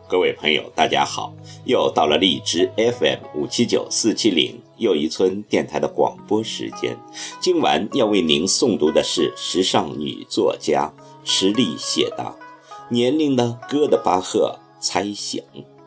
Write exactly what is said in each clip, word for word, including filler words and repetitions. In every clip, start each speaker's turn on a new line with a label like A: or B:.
A: 各位朋友大家好，又到了荔枝 F M 五七九四七零又一村电台的广播时间。今晚要为您诵读的是时尚女作家池莉写的《年龄的哥德巴赫猜想》。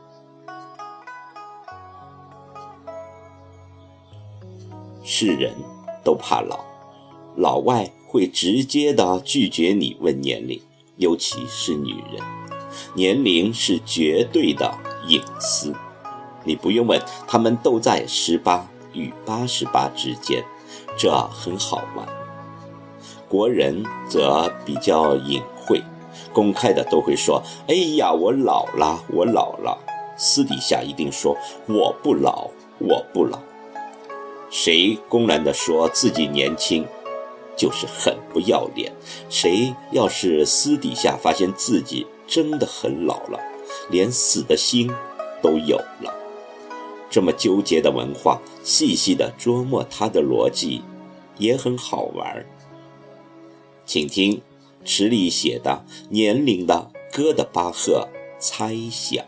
A: 是人都怕老，老外会直接地拒绝你问年龄，尤其是女人。年龄是绝对的隐私，你不用问，他们都在十八与八十八之间，这很好玩。国人则比较隐晦，公开的都会说，哎呀，我老了，我老了，私底下一定说，我不老，我不老。谁公然地说自己年轻，就是很不要脸。谁要是私底下发现自己真的很老了，连死的心都有了。这么纠结的文化，细细地琢磨它的逻辑，也很好玩。请听池莉写的《年龄的哥德巴赫猜想》。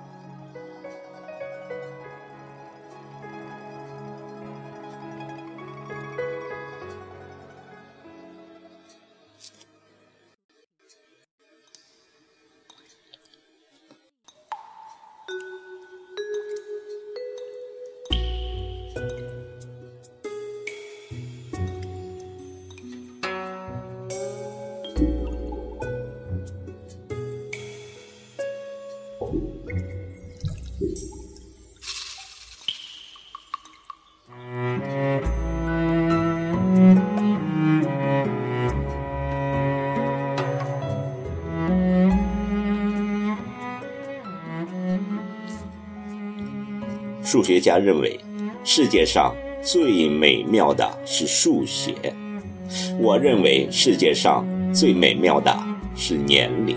A: 数学家认为，世界上最美妙的是数学。我认为世界上最美妙的是年龄。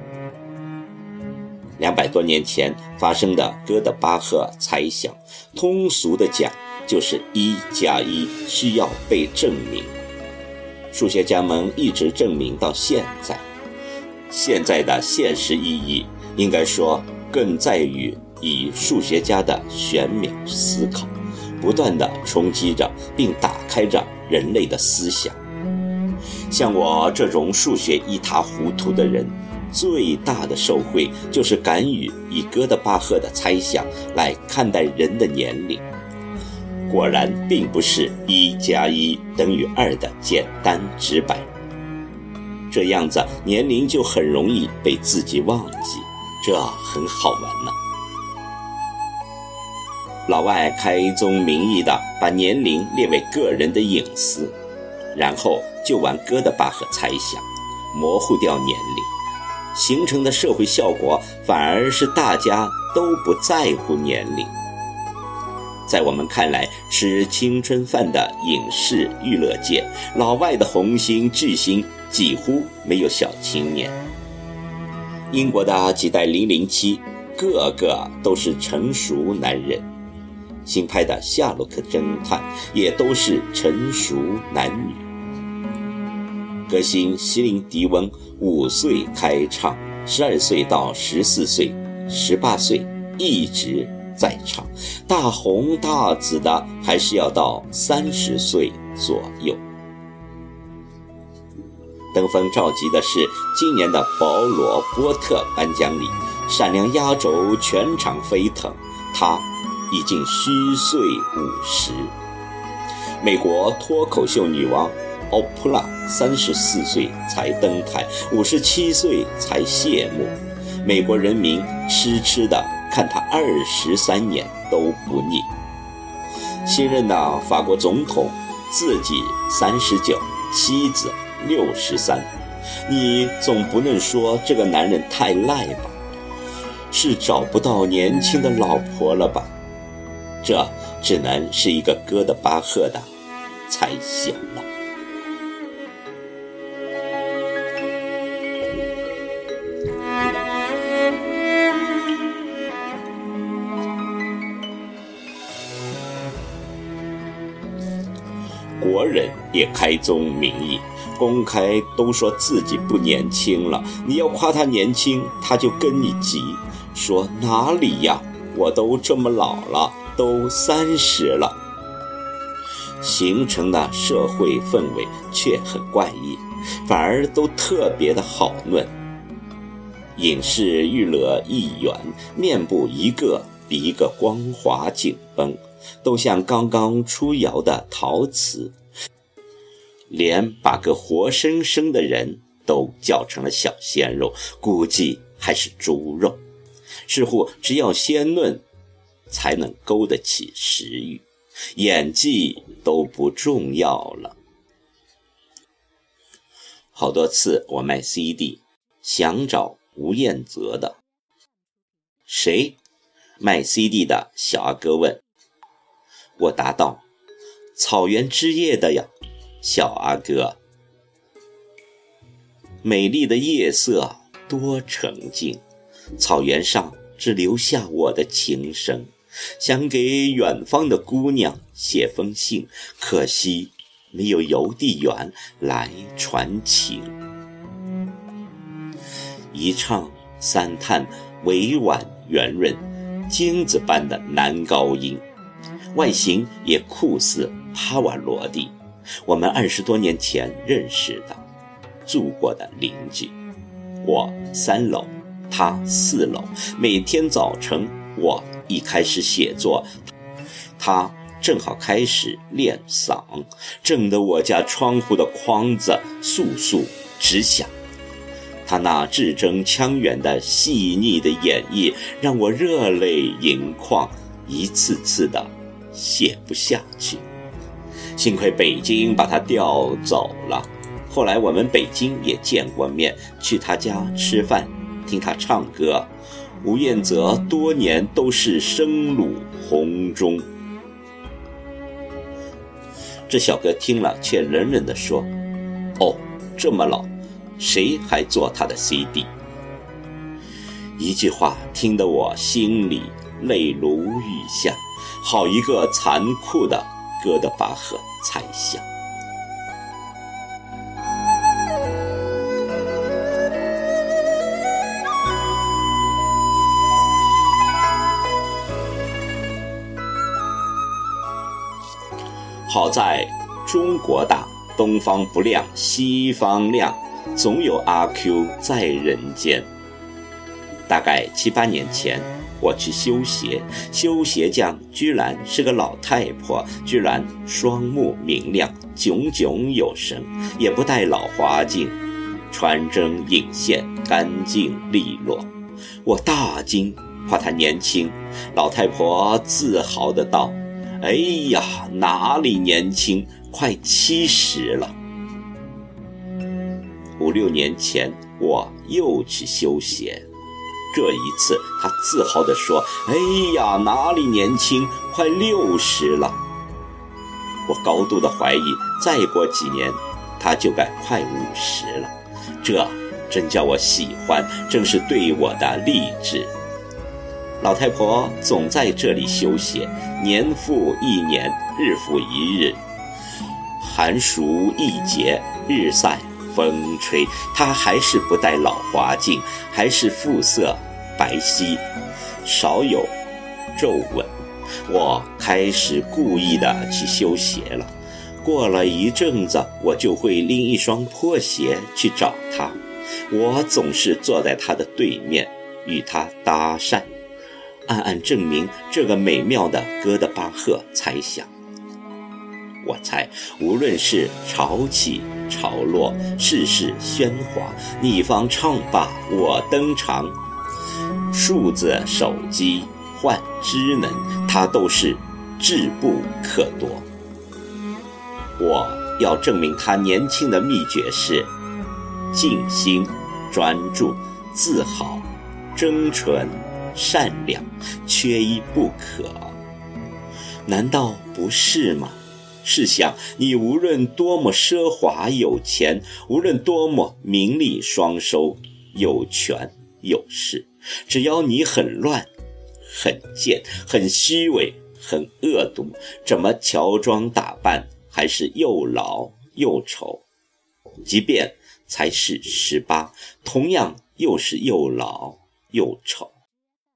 A: 两百多年前发生的哥德巴赫猜想，通俗的讲，就是一加一需要被证明。数学家们一直证明到现在。现在的现实意义，应该说更在于以数学家的玄妙思考，不断地冲击着并打开着人类的思想。像我这种数学一塌糊涂的人，最大的受惠就是敢于以哥德巴赫的猜想来看待人的年龄。果然并不是一加一等于二的简单直白，这样子年龄就很容易被自己忘记，这很好玩呢。老外开宗明义地把年龄列为个人的隐私，然后就玩哥德巴赫猜想，模糊掉年龄，形成的社会效果反而是大家都不在乎年龄。在我们看来，吃青春饭的影视娱乐界，老外的红星巨星几乎没有小青年。英国的几代零零七，个个都是成熟男人。新派的夏洛克侦探也都是成熟男女。歌星席琳迪翁五岁开唱，十二岁到十四岁、十八岁一直在唱，大红大紫的还是要到三十岁左右。登峰造极的是今年的保罗波特颁奖礼，闪亮压轴，全场飞腾，他已经虚岁五十。美国脱口秀女王欧普拉三十四岁才登台，五十七岁才谢幕。美国人民痴痴地看她二十三年都不腻。新任的法国总统自己三十九，妻子六十三，你总不能说这个男人太赖吧？是找不到年轻的老婆了吧？这只能是一个哥德巴赫的猜想了。国人也开宗明义，公开都说自己不年轻了，你要夸他年轻，他就跟你急， 说哪里呀，我都这么老了，都三十了。形成的社会氛围却很怪异，反而都特别的好嫩。影视娱乐一员，面部一个比一个光滑紧绷，都像刚刚出窑的陶瓷，连把个活生生的人都叫成了小鲜肉，估计还是猪肉。似乎只要鲜嫩才能勾得起食欲，演技都不重要了。好多次我卖 C D 想找吴彦泽的。谁？卖 C D 的小阿哥问。我答道，草原之夜的呀，小阿哥。美丽的夜色多澄净，草原上只留下我的情声，想给远方的姑娘写封信，可惜没有邮递员来传情。一唱三叹，委婉圆润，金子般的男高音，外形也酷似帕瓦罗蒂，我们二十多年前认识的，住过的邻居。我三楼，他四楼，每天早晨我一开始写作，他正好开始练嗓，震得我家窗户的框子簌簌直响。他那字正腔圆的细腻的演绎让我热泪盈眶，一次次的写不下去。幸亏北京把他调走了，后来我们北京也见过面，去他家吃饭，听他唱歌。吴彦泽多年都是声乳红中。这小哥听了却冷冷地说，哦，这么老，谁还做他的 C D？ 一句话听得我心里泪如雨下，好一个残酷的哥德巴赫猜想。好在中国大，东方不亮西方亮，总有阿 Q 在人间。大概七八年前，我去修鞋，修鞋匠居然是个老太婆，居然双目明亮，炯炯有神，也不戴老花镜，穿针引线，干净利落。我大惊，夸她年轻。老太婆自豪地道，哎呀，哪里年轻，快七十了。五六年前我又去修鞋，这一次他自豪地说，哎呀，哪里年轻，快六十了。我高度的怀疑，再过几年他就该快五十了，这真叫我喜欢，正是对我的励志。老太婆总在这里修鞋，年复一年，日复一日，寒暑一节，日晒风吹，她还是不戴老花镜，还是肤色白皙，少有皱纹。我开始故意的去修鞋了，过了一阵子，我就会拎一双破鞋去找她。我总是坐在她的对面，与她搭讪，暗暗证明这个美妙的哥德巴赫猜想。我猜，无论是潮起潮落，世事喧哗，你方唱罢我登场，数字手机换智能，它都是志不可夺。我要证明他年轻的秘诀是静心、专注、自豪、真纯、善良，缺一不可。难道不是吗？试想，你无论多么奢华有钱，无论多么名利双收，有权有势，只要你很乱、很贱、很虚伪、很恶毒，怎么乔装打扮还是又老又丑。即便才是十八，同样又是又老又丑。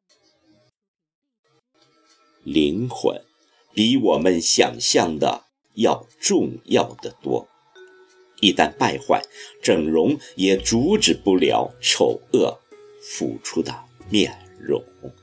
A: 灵魂比我们想象的要重要的多。一旦败坏，整容也阻止不了丑恶浮出的面容。